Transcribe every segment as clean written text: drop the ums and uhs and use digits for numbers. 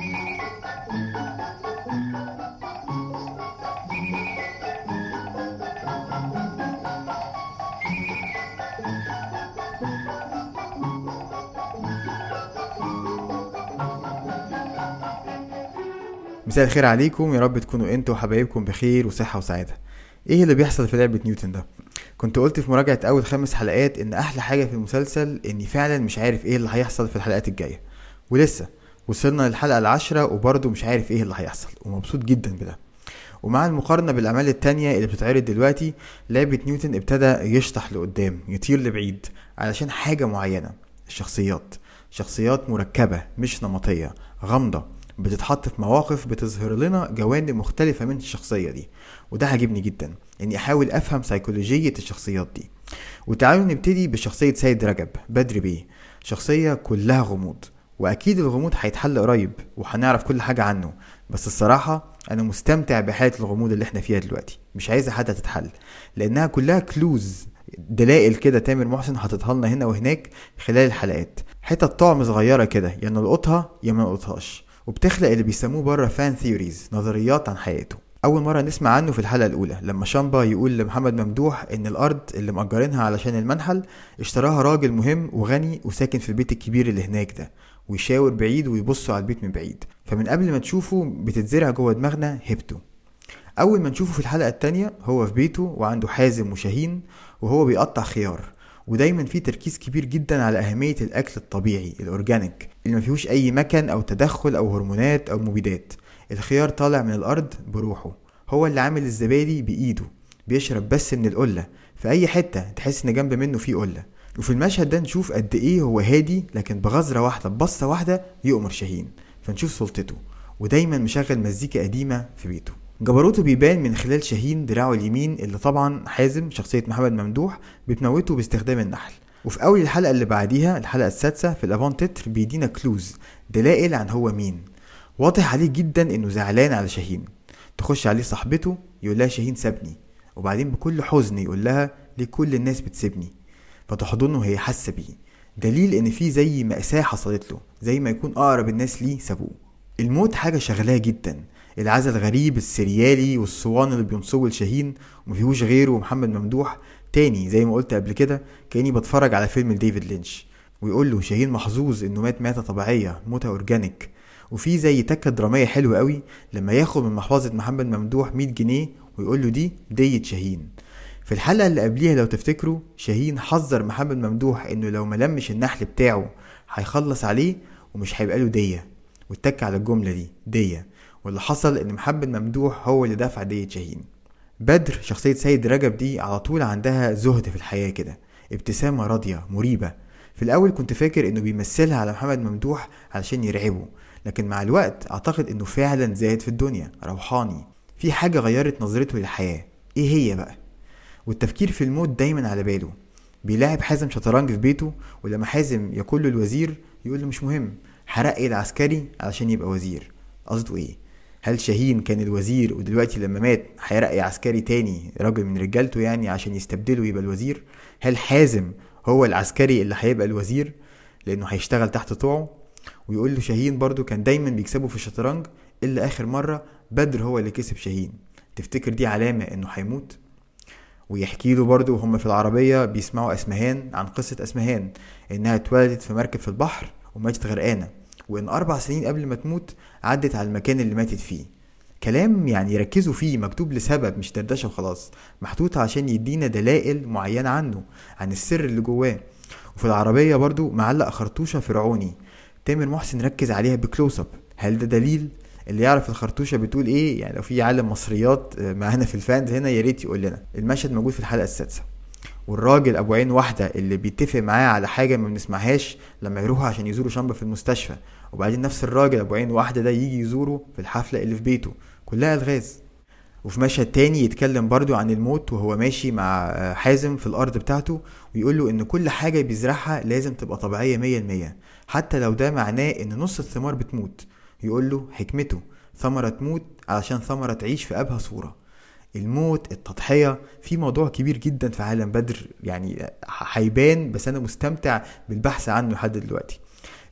مساء الخير عليكم، يا رب تكونوا انتوا وحبايبكم بخير وصحة وسعادة. ايه اللي بيحصل في لعبة نيوتن ده؟ كنت قلت في مراجعة اول 5 حلقات ان احلى حاجة في المسلسل اني فعلا مش عارف ايه اللي هيحصل في الحلقات الجاية، ولسه وصلنا للحلقة ال10 وبرضه مش عارف ايه اللي هيحصل، ومبسوط جدا بده. ومع المقارنة بالاعمال التانية اللي بتتعرض دلوقتي، لعبة نيوتن ابتدى يشطح لقدام، يطير لبعيد علشان حاجة معينة: شخصيات مركبة مش نمطية، غامضة، بتتحط في مواقف بتظهر لنا جوانب مختلفة من الشخصية دي. وده عجبني جدا، اني احاول افهم سيكولوجية الشخصيات دي. وتعالوا نبتدي بشخصية سيد رجب بدر بيه، شخصية كلها غموض، واكيد الغموض هيتحل قريب وهنعرف كل حاجة عنه. بس الصراحة انا مستمتع بحالة الغموض اللي احنا فيها دلوقتي، مش عايزة حتى تتحل، لانها كلها كلوز، دلائل كده تامر محسن حاططها لنا هنا وهناك خلال الحلقات، حتة طعم صغيرة كده يا نلقطها يا ما نلقطهاش، وبتخلق اللي بيسموه بره فان ثيوريز، نظريات عن حياته. اول مره نسمع عنه في الحلقه الاولى لما شامبا يقول لمحمد ممدوح ان الارض اللي مأجرينها علشان المنحل اشتراها راجل مهم وغني وساكن في البيت الكبير اللي هناك ده، ويشاور بعيد ويبصوا على البيت من بعيد. فمن قبل ما تشوفه بتتزرع جوه دماغنا هيبته. اول ما نشوفه في الحلقه التانية هو في بيته وعنده حازم وشاهين وهو بيقطع خيار، ودايما في تركيز كبير جدا على اهمية الاكل الطبيعي الاورجانيك اللي ما فيهوش اي مكن او تدخل او هرمونات او مبيدات. الخيار طالع من الارض بروحه، هو اللي عامل الزبادي بايده، بيشرب بس من القلة، في اي حتة تحس ان جنب منه في قلة. وفي المشهد ده نشوف قد ايه هو هادي، لكن بغزرة واحدة ببصة واحدة يؤمر شاهين، فنشوف سلطته. ودايما مشغل مزيكا قديمة في بيته. جبروته بيبان من خلال شاهين دراعه اليمين اللي طبعا حازم شخصية محمد ممدوح بتموته باستخدام النحل. وفي اول الحلقة اللي بعديها الحلقة السادسة في الافون تتر بيدينا كلوز، دلائل عن هو مين. واضح عليه جدا انه زعلان على شاهين، تخش عليه صاحبته يقول لها شاهين سابني، وبعدين بكل حزن يقول لها ليه كل الناس بتسيبني، فتحضنه وهي حاسة بيه، دليل ان في زي مأساة حصلت له، زي ما يكون اقرب الناس ليه سابوه. الموت حاجة شغلاه جدا، العزا الغريب السريالي والصوان اللي بينصبوا لشاهين ومفيهوش غيره ومحمد ممدوح تاني، زي ما قلت قبل كده كأني بتفرج على فيلم ديفيد لينش. ويقول له شاهين محظوظ انه مات ماتة طبيعية، موتة اورجانيك. وفي زي تكة درامية حلوة قوي لما ياخد من محفظة محمد ممدوح 100 جنيه ويقول له دي دية شاهين. في الحلقة اللي قبليها لو تفتكروا شاهين حذر محمد ممدوح انه لو ملمش النحل بتاعه هيخلص عليه ومش هيبقى له دية، واتك على الجملة دي دية. واللي حصل ان محمد ممدوح هو اللي دافع دية شاهين. بدر شخصية سيد رجب دي على طول عندها زهد في الحياة كده، ابتسامة راضية مريبة. في الاول كنت فاكر انه بيمثلها على محمد ممدوح علشان يرعبه، لكن مع الوقت اعتقد انه فعلا زاهد في الدنيا، روحاني، في حاجة غيرت نظرته للحياة. ايه هي بقى؟ والتفكير في الموت دايما على باله. بيلاعب حازم شطرنج في بيته، ولما حازم يقول له الوزير يقول له مش مهم، هرقي العسكري علشان يبقى وزير. قصده ايه؟ هل شاهين كان الوزير ودلوقتي لما مات هيرقي عسكري تاني راجل من رجالته يعني عشان يستبدله يبقى الوزير؟ هل حازم هو العسكري اللي هيبقى الوزير لانه هيشتغل تحت طوعه؟ ويقول له شاهين برضو كان دايما بيكسبه في الشطرنج، الا اخر مرة بدر هو اللي كسب شاهين. تفتكر دي علامة انه هيموت؟ ويحكي له برضو هم في العربية بيسمعوا اسمهان عن قصة اسمهان، انها اتولدت في مركب في البحر وماتت غرقانة، وان 4 سنين قبل ما تموت عدت على المكان اللي ماتت فيه. كلام يعني يركزوا فيه، مكتوب لسبب مش دردشة وخلاص، محطوط عشان يدينا دلائل معينة عنه، عن السر اللي جواه. وفي العربية برضو معلق خرطوشة فرعوني، تامر محسن ركز عليها بكلوز اب. هل ده دليل؟ اللي يعرف الخرطوشة بتقول ايه يعني، لو في عالم مصريات معانا في الفانز هنا ياريت يقول لنا. المشهد موجود في الحلقة السادسة، والراجل ابو عين واحدة اللي بيتفق معاه على حاجة ما بنسمعهاش لما يروحوا عشان يزوروا شامبا في المستشفى، وبعدين نفس الراجل ابو عين واحدة ده يجي يزوره في الحفلة اللي في بيته، كلها الغاز. وفي مشهد تاني يتكلم برضو عن الموت وهو ماشي مع حازم في الارض بتاعته، ويقول له ان كل حاجة بيزرعها لازم تبقى طبيعية 100%، حتى لو ده معناه ان نص الثمار بتموت. يقول له حكمته ثمرة تموت علشان ثمرة تعيش في ابهى صورة. الموت، التضحية، في موضوع كبير جدا في عالم بدر يعني هيبان، بس انا مستمتع بالبحث عنه لحد دلوقتي.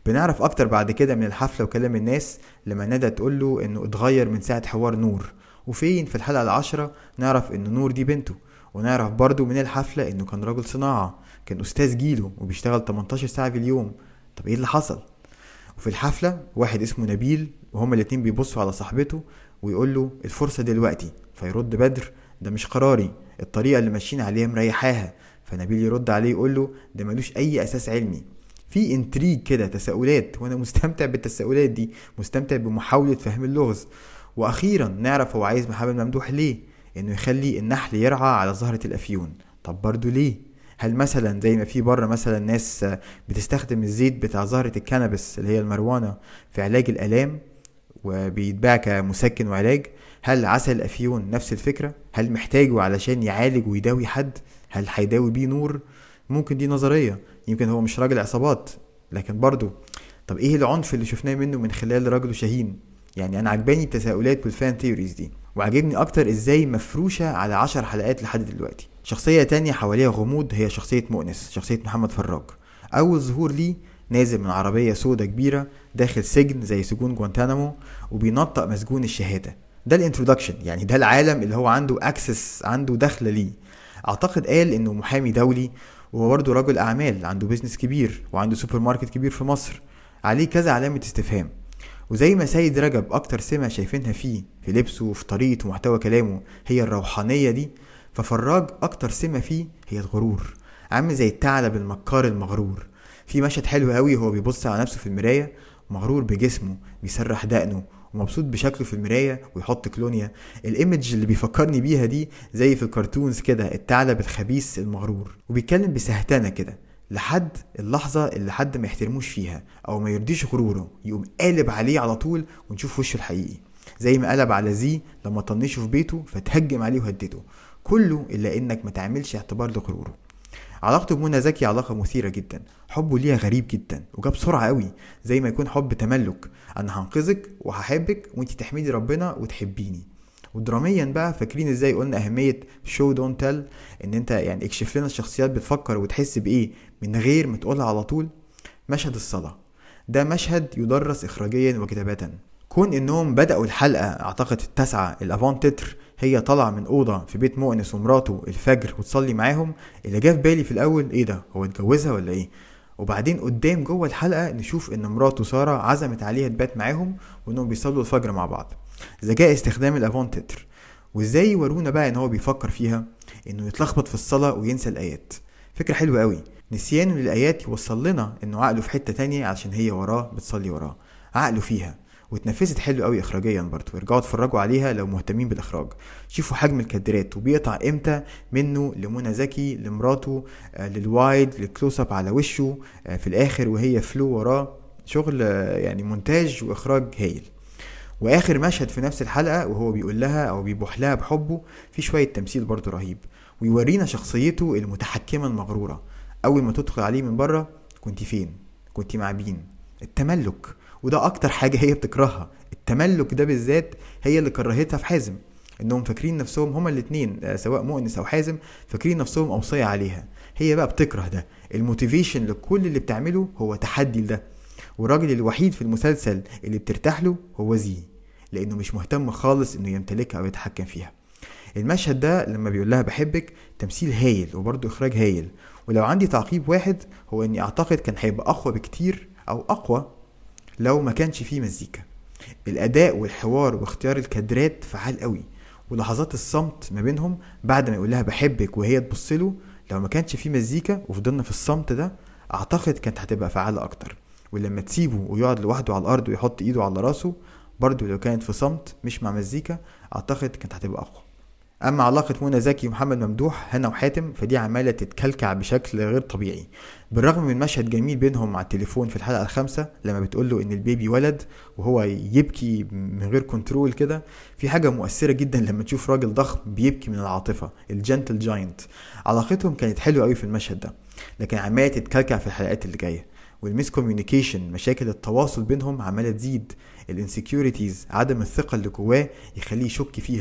بنعرف اكتر بعد كده من الحفلة وكلام الناس لما ندى تقول له انه اتغير من ساعة حوار نور. وفين في الحلقة العشرة نعرف انه نور دي بنته. ونعرف برضو من الحفلة انه كان رجل صناعة، كان استاذ جيله وبيشتغل 18 ساعة في اليوم. طب ايه اللي حصل؟ وفي الحفلة واحد اسمه نبيل وهما الاتنين بيبصوا على صاحبته ويقول له الفرصة دلوقتي، فيرد بدر ده مش قراري، الطريقة اللي ماشيين عليها مريحاها. فنبيل يرد عليه يقول له ده ملوش اي اساس علمي. في انتريج كده، تساؤلات، وانا مستمتع بالتساؤلات دي، مستمتع بمحاولة فهم اللغز. واخيرا نعرف هو عايز محمد ممدوح ليه، انه يخلي النحل يرعى على زهرة الافيون. طب برضو ليه؟ هل مثلا زي ما في بره مثلا ناس بتستخدم الزيت بتاع زهرة الكانابس اللي هي المروانة في علاج الالام وبيتباع كمسكن وعلاج، هل عسل الافيون نفس الفكرة؟ هل محتاجه علشان يعالج ويداوي حد؟ هل هيداوي بيه نور؟ ممكن دي نظرية، يمكن هو مش راجل عصابات، لكن برضو طب ايه العنف اللي شفناه منه من خلال رجله شاهين؟ يعني انا عجباني التساؤلات والفان ثيوريز دي، وعجبني اكتر ازاي مفروشة على 10 حلقات لحد دلوقتي. شخصية تانية حواليها غموض هي شخصية مؤنس، شخصية محمد فراج. اول ظهور ليه نازل من عربية سودة كبيرة داخل سجن زي سجون جوانتانامو وبينطق مسجون الشهادة. ده الانترودكشن، يعني ده العالم اللي هو عنده اكسس، عنده دخل ليه. اعتقد قال انه محامي دولي، وهو برضه رجل اعمال عنده بيزنس كبير وعنده سوبر ماركت كبير في مصر، عليه كذا علامة استفهام. وزي ما سيد رجب اكتر سمة شايفينها فيه في لبسه وفي طريقة ومحتوى كلامه هي الروحانية دي، ففراج اكتر سمة فيه هي الغرور، عامل زي الثعلب المكار المغرور. في مشهد حلو قوي هو بيبص على نفسه في المراية، مغرور بجسمه، بيسرح دقنه ومبسوط بشكله في المراية ويحط كلونيا. الايمج اللي بيفكرني بيها دي زي في الكرتونز كده، الثعلب الخبيث المغرور، وبيتكلم بسهتانة كده لحد اللحظة اللي حد ما يحترموش فيها او ما يرضيش غروره يقوم قالب عليه على طول ونشوف وشه الحقيقي، زي ما قلب على زي لما طنشه في بيته فتهجم عليه وهدده. كله الا انك ما تعملش اعتبار لغروره. علاقته بمنى زكي علاقة مثيرة جدا، حبه ليها غريب جدا وجاب بسرعة قوي، زي ما يكون حب تملك، انا هنقذك وهحبك وانتي تحمدي ربنا وتحبيني. ودراميا بقى فاكرين ازاي قلنا اهمية شو دون تيل، ان انت يعني اكشف لنا الشخصيات بتفكر وتحس بايه من غير ما تقولها على طول. مشهد الصلاة ده مشهد يدرس اخراجيا وكتابة. كون انهم بدأوا الحلقة اعتقد التاسعة الافون تتر هي طالعة من اوضة في بيت مؤنس ومراته الفجر وتصلي معاهم، اللي جه في بالي في الاول ايه ده، هو اتجوزها ولا ايه؟ وبعدين قدام جوه الحلقة نشوف ان مراته سارة عزمت عليها تبات معاهم وانهم بيصلوا الفجر مع بعض. ذكاء استخدام الافون تتر. وازاي يورونا بقى ان هو بيفكر فيها، انه يتلخبط في الصلاة وينسى الايات. فكرة حلوة قوي، نسيانه للايات يوصل لنا انه عقله في حتة تانية عشان هي وراه بتصلي وراه، عقله فيها. واتنفذت حلو قوي اخراجيا برضو، ارجعوا اتفرجوا عليها لو مهتمين بالاخراج. شوفوا حجم الكادرات وبيقطع امتى منه لمنى زكي لمراته، للوايد للكلوز اب على وشه، في الاخر وهي فلو وراه. شغل يعني مونتاج واخراج هايل. واخر مشهد في نفس الحلقة وهو بيقول لها او بيبوح لها بحبه، في شوية تمثيل برضو رهيب، ويورينا شخصيته المتحكمة المغرورة. اول ما تدخل عليه من بره، كنتي فين؟ كنتي مع مين؟ التملك. وده اكتر حاجة هي بتكرهها، التملك ده بالذات هي اللي كرهتها في حازم، انهم فاكرين نفسهم هما الاتنين سواء مؤنس او حازم فاكرين نفسهم اوصية عليها. هي بقى بتكره ده، الموتيفيشن لكل اللي بتعمله هو تحدي لده. والراجل الوحيد في المسلسل اللي بترتاح له هو زي، لانه مش مهتم خالص انه يمتلكها او يتحكم فيها. المشهد ده لما بيقول لها بحبك تمثيل هايل وبرضه اخراج هايل. ولو عندي تعقيب واحد هو اني اعتقد كان هيبقى اقوى بكتير او اقوى لو ما كانش فيه مزيكا. الاداء والحوار واختيار الكادرات فعال قوي، ولحظات الصمت ما بينهم بعد ما يقول لها بحبك وهي تبصله، لو ما كانش فيه مزيكا وفضلنا في الصمت ده اعتقد كانت هتبقى فعالة اكتر. ولما تسيبه ويقعد لوحده على الارض ويحط ايده على راسه برضو لو كانت في صمت مش مع مزيكا اعتقد كانت هتبقى اقوى. اما علاقة منى زكي ومحمد ممدوح هنا وحاتم فدي عمالة تتكلكع بشكل غير طبيعي، بالرغم من مشهد جميل بينهم على التليفون في الحلقة الخامسة لما بتقوله ان البيبي ولد وهو يبكي من غير كنترول كده. في حاجة مؤثرة جدا لما تشوف راجل ضخم بيبكي من العاطفة، الجنتل جاينت. علاقتهم كانت حلوة قوي في المشهد ده، لكن عمالة تتكلكع في الحلقات اللي جاية. والميس كوميونيكيشن، مشاكل التواصل بينهم عمالة تزيد، الانسكيورتيز، عدم الثقة اللي جواه يخليه يشك فيها.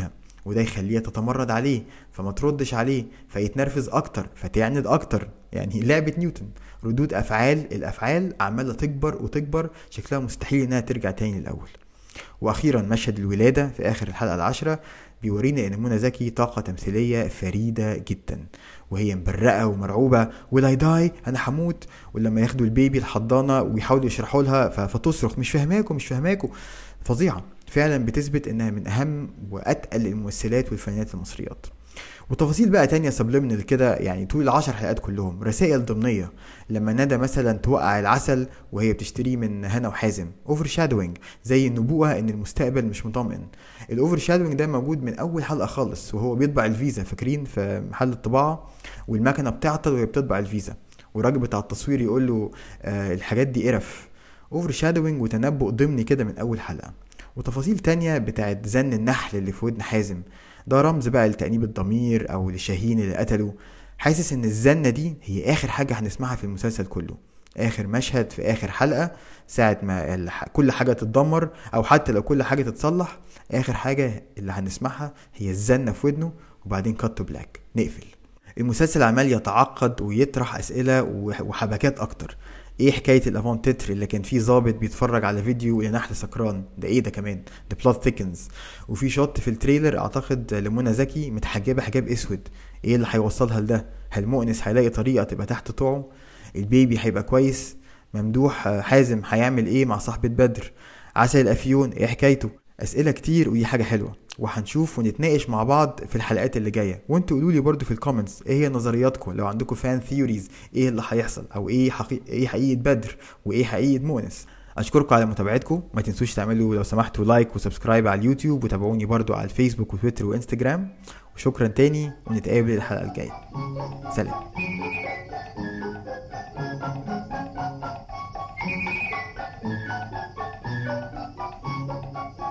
وده يخليها تتمرد عليه فما تردش عليه، فيتنرفز اكتر فتعند اكتر. يعني لعبة نيوتن، ردود الافعال عمالة تكبر وتكبر، شكلها مستحيل انها ترجع تاني للاول. واخيرا مشهد الولادة في اخر الحلقة العاشرة بيورينا ان منى زكي طاقة تمثيلية فريدة جدا، وهي مبرقة ومرعوبة ولا داي انا هموت، ولما ياخدوا البيبي الحضانة ويحاولوا يشرحوا لها فتصرخ مش فهماكم. فظيعة فعلا، بتثبت انها من اهم واتقل الممثلات والفنانات المصريات. وتفاصيل بقى تانية سبليمنال كده، يعني طول ال10 حلقات كلهم رسائل ضمنية. لما ندى مثلا توقع العسل وهي بتشتريه من هنا وحازم، اوفر شادوينج، زي النبوءة ان المستقبل مش مطمئن. الاوفر شادوينج ده موجود من اول حلقة خالص، وهو بيطبع الفيزا، فاكرين في محل الطباعة والمكنة بتعطل وهي بتطبع الفيزا، والراجل بتاع التصوير يقول له الحاجات دي قرف. اوفر شادوينج وتنبؤ ضمني كده من اول حلقة. وتفاصيل تانية بتاعت زن النحل اللي في ودن حازم، ده رمز بقى لتأنيب الضمير او لشاهين اللي قتله. حاسس ان الزنة دي هي اخر حاجة هنسمعها في المسلسل كله، اخر مشهد في اخر حلقة، ساعة ما كل حاجة تتدمر او حتى لو كل حاجة تتصلح، اخر حاجة اللي هنسمعها هي الزنة في ودنه، وبعدين كات تو بلاك نقفل. المسلسل عمال يتعقد ويطرح اسئلة وحبكات اكتر. ايه حكايه الافون تتر اللي كان فيه ظابط بيتفرج على فيديو لنحل سكران؟ ده ايه ده كمان؟ ده بلوت ثيكنز. وفي شوت في التريلر اعتقد لمنى زكي متحجبه حجاب اسود، ايه اللي هيوصلها لده؟ هل مؤنس هيلاقي طريقه تبقى تحت طوعه؟ البيبي هيبقى كويس؟ ممدوح حازم هيعمل ايه مع صاحبه بدر؟ عسل الافيون ايه حكايته؟ اسئله كتير، ودي حاجه حلوه، وهنشوف ونتناقش مع بعض في الحلقات اللي جايه. وانتوا قولوا لي برضو في الكومنتس ايه هي نظرياتكم، لو عندكم فان ثيوريز ايه اللي هيحصل، او ايه حقيقه بدر وايه حقيقه مؤنس. اشكركم على متابعتكم، ما تنسوش تعملوا لو سمحتوا لايك وسبسكرايب على اليوتيوب، وتابعوني برضو على الفيسبوك وتويتر وانستجرام. وشكرا تاني، ونتقابل الحلقه الجايه. سلام.